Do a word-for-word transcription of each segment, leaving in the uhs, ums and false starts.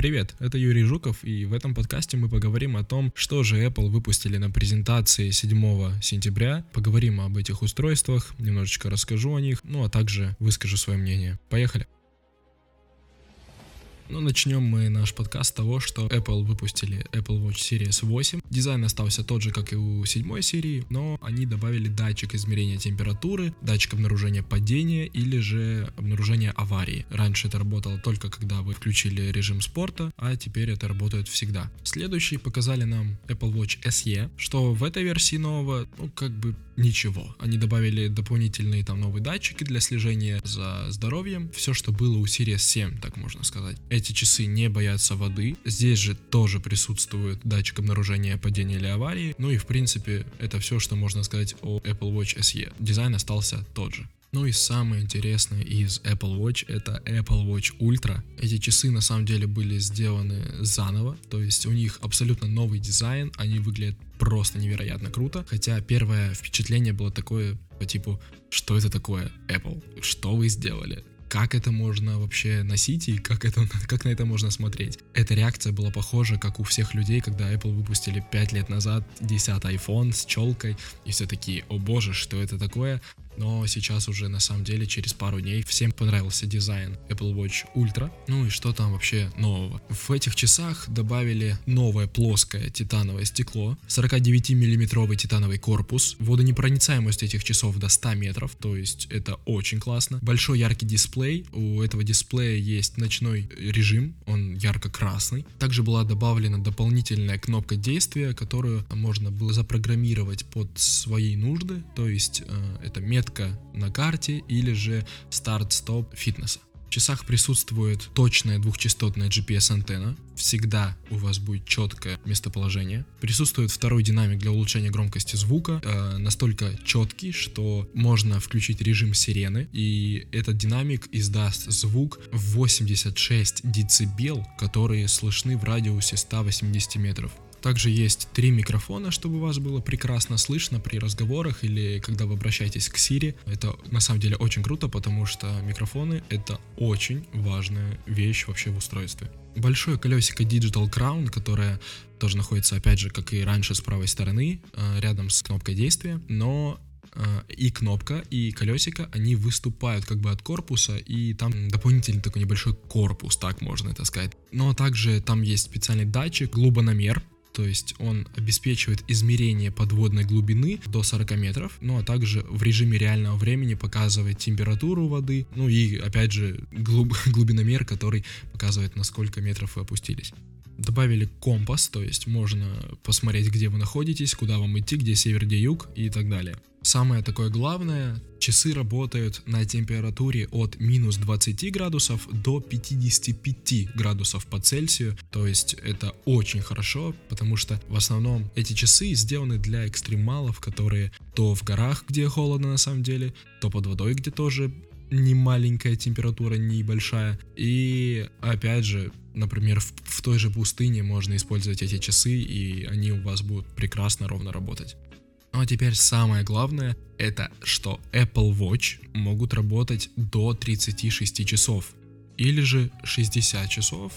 Привет, это Юрий Жуков, и в этом подкасте мы поговорим о том, что же Apple выпустили на презентации седьмого сентября, поговорим об этих устройствах, немножечко расскажу о них, ну а также выскажу свое мнение. Поехали! Ну, начнем мы наш подкаст с того, что Apple выпустили Apple Watch Series восемь. Дизайн остался тот же, как и у седьмой серии, но они добавили датчик измерения температуры, датчик обнаружения падения или же обнаружения аварии. Раньше это работало только когда вы включили режим спорта, а теперь это работает всегда. Следующий показали нам Apple Watch эс и, что в этой версии нового, ну, как бы ничего. Они добавили дополнительные там новые датчики для слежения за здоровьем. Все, что было у Series семь, так можно сказать. Эти часы не боятся воды. Здесь же тоже присутствует датчик обнаружения падения или аварии. Ну и в принципе это все, что можно сказать о Apple Watch эс и. Дизайн остался тот же. Ну и самое интересное из Apple Watch — это Apple Watch Ultra. Эти часы на самом деле были сделаны заново, то есть у них абсолютно новый дизайн, они выглядят просто невероятно круто, хотя первое впечатление было такое по типу: что это такое, Apple? Что вы сделали? Как это можно вообще носить и как, это, как на это можно смотреть? Эта реакция была похожа, как у всех людей, когда Apple выпустили пять лет назад десятый iPhone с челкой, и все такие: о боже, что это такое? Но сейчас уже на самом деле через пару дней всем понравился дизайн Apple Watch Ultra. Ну и что там вообще нового? В этих часах добавили новое плоское титановое стекло, сорокадевятимиллиметровый титановый корпус, водонепроницаемость этих часов до ста метров, то есть это очень классно. Большой яркий дисплей, у этого дисплея есть ночной режим, он ярко-красный. Также была добавлена дополнительная кнопка действия, которую можно было запрограммировать под свои нужды, то есть э, это метод на карте или же старт-стоп фитнеса. В часах присутствует точная двухчастотная джи пи эс-антенна, всегда у вас будет четкое местоположение. Присутствует второй динамик для улучшения громкости звука, э, настолько четкий, что можно включить режим сирены, и этот динамик издаст звук в восемьдесят шесть децибел, которые слышны в радиусе ста восьмидесяти метров. Также есть три микрофона, чтобы вас было прекрасно слышно при разговорах или когда вы обращаетесь к Siri. Это на самом деле очень круто, потому что микрофоны — это очень важная вещь вообще в устройстве. Большое колесико Digital Crown, которое тоже находится, опять же, как и раньше, с правой стороны, рядом с кнопкой действия, но и кнопка, и колесико, они выступают как бы от корпуса, и там дополнительный такой небольшой корпус, так можно это сказать. Но также там есть специальный датчик, глубиномер, то есть он обеспечивает измерение подводной глубины до сорока метров, ну а также в режиме реального времени показывает температуру воды, ну и опять же глуб, глубиномер, который показывает, на сколько метров вы опустились. Добавили компас, то есть можно посмотреть, где вы находитесь, куда вам идти, где север, где юг и так далее. Самое такое главное, часы работают на температуре от минус двадцати градусов до пятидесяти пяти градусов по Цельсию, то есть это очень хорошо, потому что в основном эти часы сделаны для экстремалов, которые то в горах, где холодно на самом деле, то под водой, где тоже не маленькая температура, не большая. И опять же, например, в, в той же пустыне можно использовать эти часы, и они у вас будут прекрасно ровно работать. Ну а теперь самое главное, это что Apple Watch могут работать до тридцати шести часов или же шестидесяти часов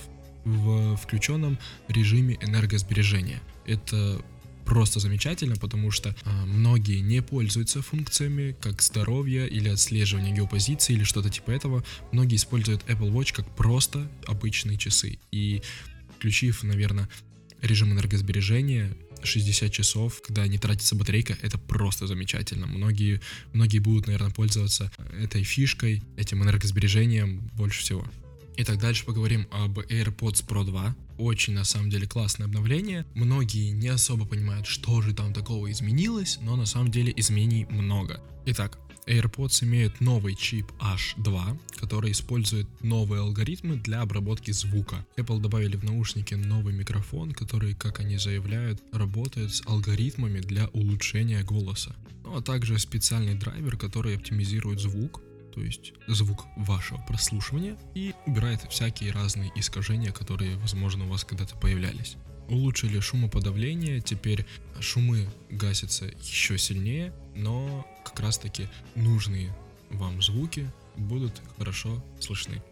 в включенном режиме энергосбережения. Это просто замечательно, потому что а, многие не пользуются функциями как здоровье или отслеживание геопозиции или что-то типа этого. Многие используют Apple Watch как просто обычные часы. И включив, наверное, режим энергосбережения шестьдесят часов, когда не тратится батарейка, это просто замечательно. Многие, многие будут, наверное, пользоваться этой фишкой, этим энергосбережением больше всего. Итак, дальше поговорим об AirPods Pro два. Очень, на самом деле, классное обновление. Многие не особо понимают, что же там такого изменилось, но на самом деле изменений много. Итак, AirPods имеют новый чип эйч два, который использует новые алгоритмы для обработки звука. Apple добавили в наушники новый микрофон, который, как они заявляют, работает с алгоритмами для улучшения голоса. Ну а также специальный драйвер, который оптимизирует звук, то есть звук вашего прослушивания, и убирает всякие разные искажения, которые, возможно, у вас когда-то появлялись. Улучшили шумоподавление, теперь шумы гасятся еще сильнее, но как раз таки нужные вам звуки будут хорошо слышны.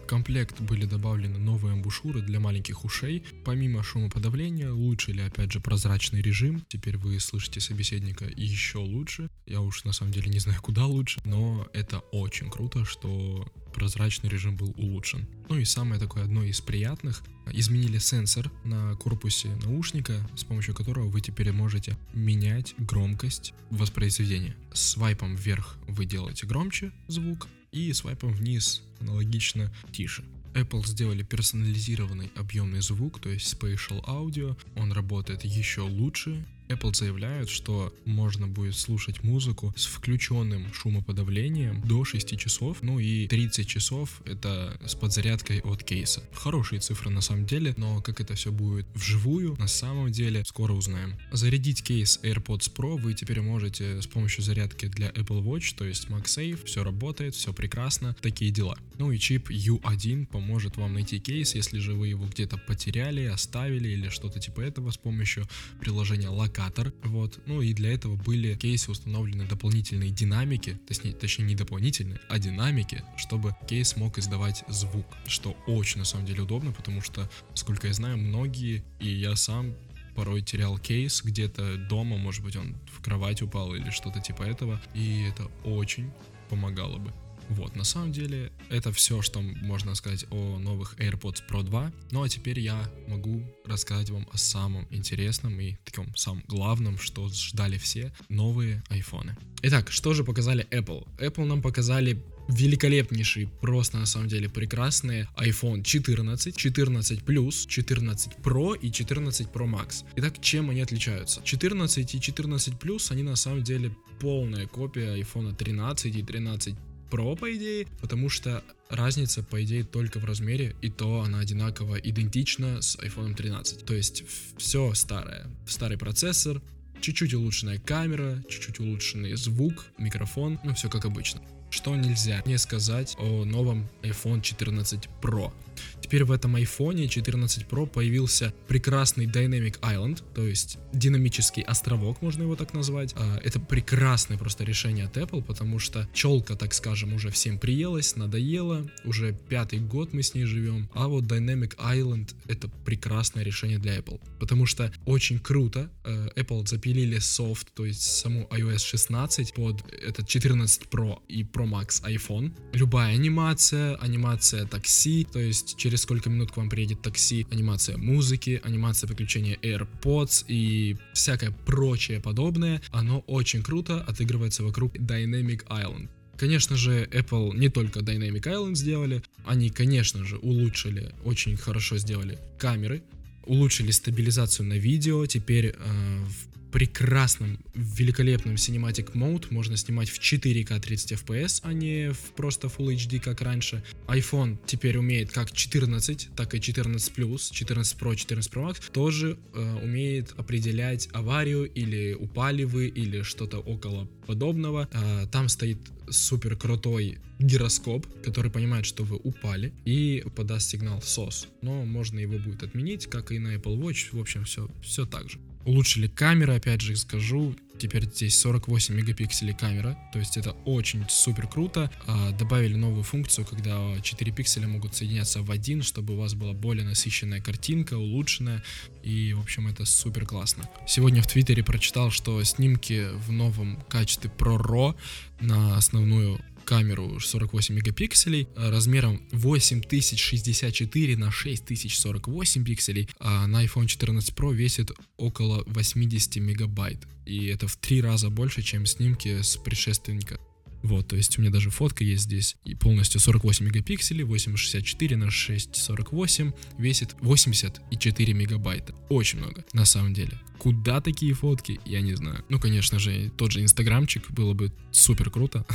В комплект были добавлены новые амбушюры для маленьких ушей. Помимо шумоподавления, улучшили опять же прозрачный режим. Теперь вы слышите собеседника еще лучше. Я уж на самом деле не знаю, куда лучше, но это очень круто, что прозрачный режим был улучшен. Ну и самое такое, одно из приятных, изменили сенсор на корпусе наушника, с помощью которого вы теперь можете менять громкость воспроизведения. Свайпом вверх вы делаете громче звук, и свайпом вниз аналогично тише. Apple сделали персонализированный объемный звук, то есть Spatial Audio, он работает еще лучше. Apple заявляют, что можно будет слушать музыку с включенным шумоподавлением до шести часов, ну и тридцать часов это с подзарядкой от кейса. Хорошие цифры на самом деле, но как это все будет вживую, на самом деле скоро узнаем. Зарядить кейс AirPods Pro вы теперь можете с помощью зарядки для Apple Watch, то есть MagSafe, все работает, все прекрасно, такие дела. Ну и чип ю один поможет вам найти кейс, если же вы его где-то потеряли, оставили или что-то типа этого с помощью приложения Lock. Вот. Ну и для этого были в кейсе установлены дополнительные динамики, точнее, точнее не дополнительные, а динамики, чтобы кейс мог издавать звук, что очень на самом деле удобно, потому что, сколько я знаю, многие, и я сам порой терял кейс где-то дома, может быть он в кровать упал или что-то типа этого, и это очень помогало бы. Вот, на самом деле, это все, что можно сказать о новых AirPods Pro два. Ну а теперь я могу рассказать вам о самом интересном и таком самом главном, что ждали все — новые айфоны. Итак, что же показали Apple? Apple нам показали великолепнейший, просто на самом деле прекрасные iPhone четырнадцать, четырнадцать плюс, четырнадцать Pro и четырнадцать Pro Max. Итак, чем они отличаются? четырнадцать и четырнадцать плюс, они на самом деле полная копия iPhone тринадцать и тринадцать Pro, по идее, потому что разница, по идее, только в размере, и то она одинаково идентична с iPhone тринадцать. То есть все старое. Старый процессор, чуть-чуть улучшенная камера, чуть-чуть улучшенный звук, микрофон, ну все как обычно. Что нельзя не сказать о новом iPhone четырнадцать Pro. Теперь в этом iPhone четырнадцать Pro появился прекрасный Dynamic Island, то есть динамический островок, можно его так назвать. Это прекрасное просто решение от Apple, потому что челка, так скажем, уже всем приелась, надоела, уже пятый год мы с ней живем, а вот Dynamic Island — это прекрасное решение для Apple, потому что очень круто Apple запилили софт, то есть саму ай о эс шестнадцать под этот четырнадцать Pro и Pro Max iPhone. Любая анимация, анимация такси, то есть через сколько минут к вам приедет такси, анимация музыки, анимация подключения AirPods и всякое прочее подобное, оно очень круто отыгрывается вокруг Dynamic Island. Конечно же, Apple не только Dynamic Island сделали, они, конечно же, улучшили, очень хорошо сделали камеры, улучшили стабилизацию на видео, теперь э, в прекрасном, великолепном Cinematic Mode можно снимать в четыре ка тридцать эф пи эс, а не в просто Full эйч ди, как раньше. iPhone теперь умеет как четырнадцать, так и четырнадцать плюс, четырнадцать Pro, четырнадцать Pro Max, тоже э, умеет определять аварию, или упали вы, или что-то около подобного. Э, там стоит супер крутой гироскоп, который понимает, что вы упали, и подаст сигнал сос. Но можно его будет отменить, как и на Apple Watch. В общем, все, все так же. Улучшили камеры, опять же скажу, теперь здесь сорок восемь мегапикселей камера, то есть это очень супер круто. А, добавили новую функцию, когда четыре пикселя могут соединяться в один, чтобы у вас была более насыщенная картинка, улучшенная, и в общем это супер классно. Сегодня в Твиттере прочитал, что снимки в новом качестве ProRAW на основную камеру сорок восемь мегапикселей размером восемь тысяч шестьдесят четыре на шесть тысяч сорок восемь пикселей, а на iPhone четырнадцать Pro весит около восемьдесят мегабайт, и это в три раза больше, чем снимки с предшественника. Вот, то есть у меня даже фотка есть здесь, и полностью сорок восемь мегапикселей, восемь шестьдесят четыре на шесть сорок восемь, весит восемьдесят четыре мегабайта. Очень много, на самом деле. Куда такие фотки, я не знаю. Ну, конечно же, тот же инстаграмчик было бы супер круто,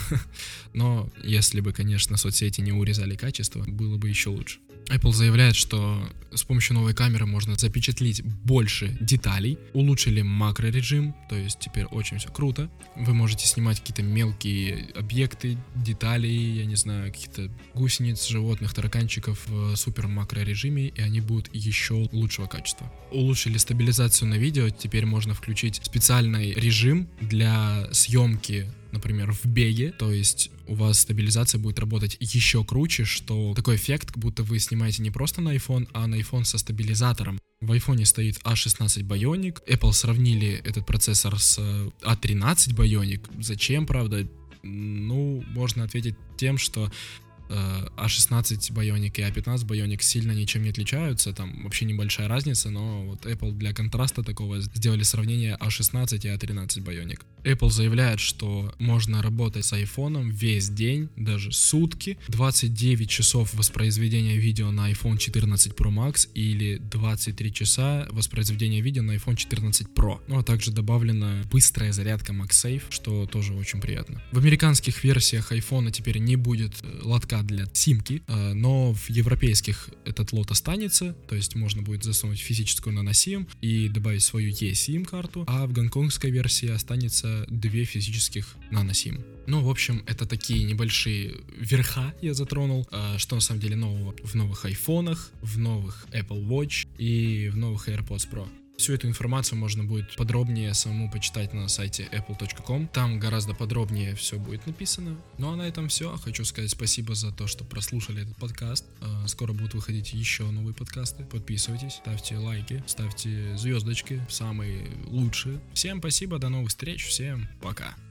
но если бы, конечно, соцсети не урезали качество, было бы еще лучше. Apple заявляет, что с помощью новой камеры можно запечатлеть больше деталей, улучшили макрорежим, то есть теперь очень все круто. Вы можете снимать какие-то мелкие объекты, детали, я не знаю, каких-то гусениц, животных, тараканчиков в супер макрорежиме, и они будут еще лучшего качества. Улучшили стабилизацию на видео, теперь можно включить специальный режим для съемки например, в беге, то есть у вас стабилизация будет работать еще круче, что такой эффект, как будто вы снимаете не просто на iPhone, а на iPhone со стабилизатором. В iPhone стоит а шестнадцать Bionic, Apple сравнили этот процессор с а тринадцать Bionic. Зачем, правда? Ну, можно ответить тем, что а шестнадцать Bionic и а пятнадцать Bionic сильно ничем не отличаются, там вообще небольшая разница, но вот Apple для контраста такого сделали сравнение а шестнадцать и а тринадцать Bionic. Apple заявляет, что можно работать с iPhone весь день, даже сутки, двадцать девять часов воспроизведения видео на iPhone четырнадцать Pro Max или двадцать три часа воспроизведения видео на iPhone четырнадцать Pro. Ну а также добавлена быстрая зарядка MagSafe, что тоже очень приятно. В американских версиях iPhone теперь не будет лотка для симки, но в европейских этот лот останется, то есть можно будет засунуть физическую нано-сим и добавить свою eSIM карту, а в гонконгской версии останется две физических нано-сим. Ну, в общем, это такие небольшие верха я затронул, что на самом деле нового в новых айфонах, в новых Apple Watch и в новых AirPods Pro. Всю эту информацию можно будет подробнее самому почитать на сайте apple точка ком. Там гораздо подробнее все будет написано. Ну а на этом все. Хочу сказать спасибо за то, что прослушали этот подкаст. Скоро будут выходить еще новые подкасты. Подписывайтесь, ставьте лайки, ставьте звездочки, самые лучшие. Всем спасибо, до новых встреч, всем пока.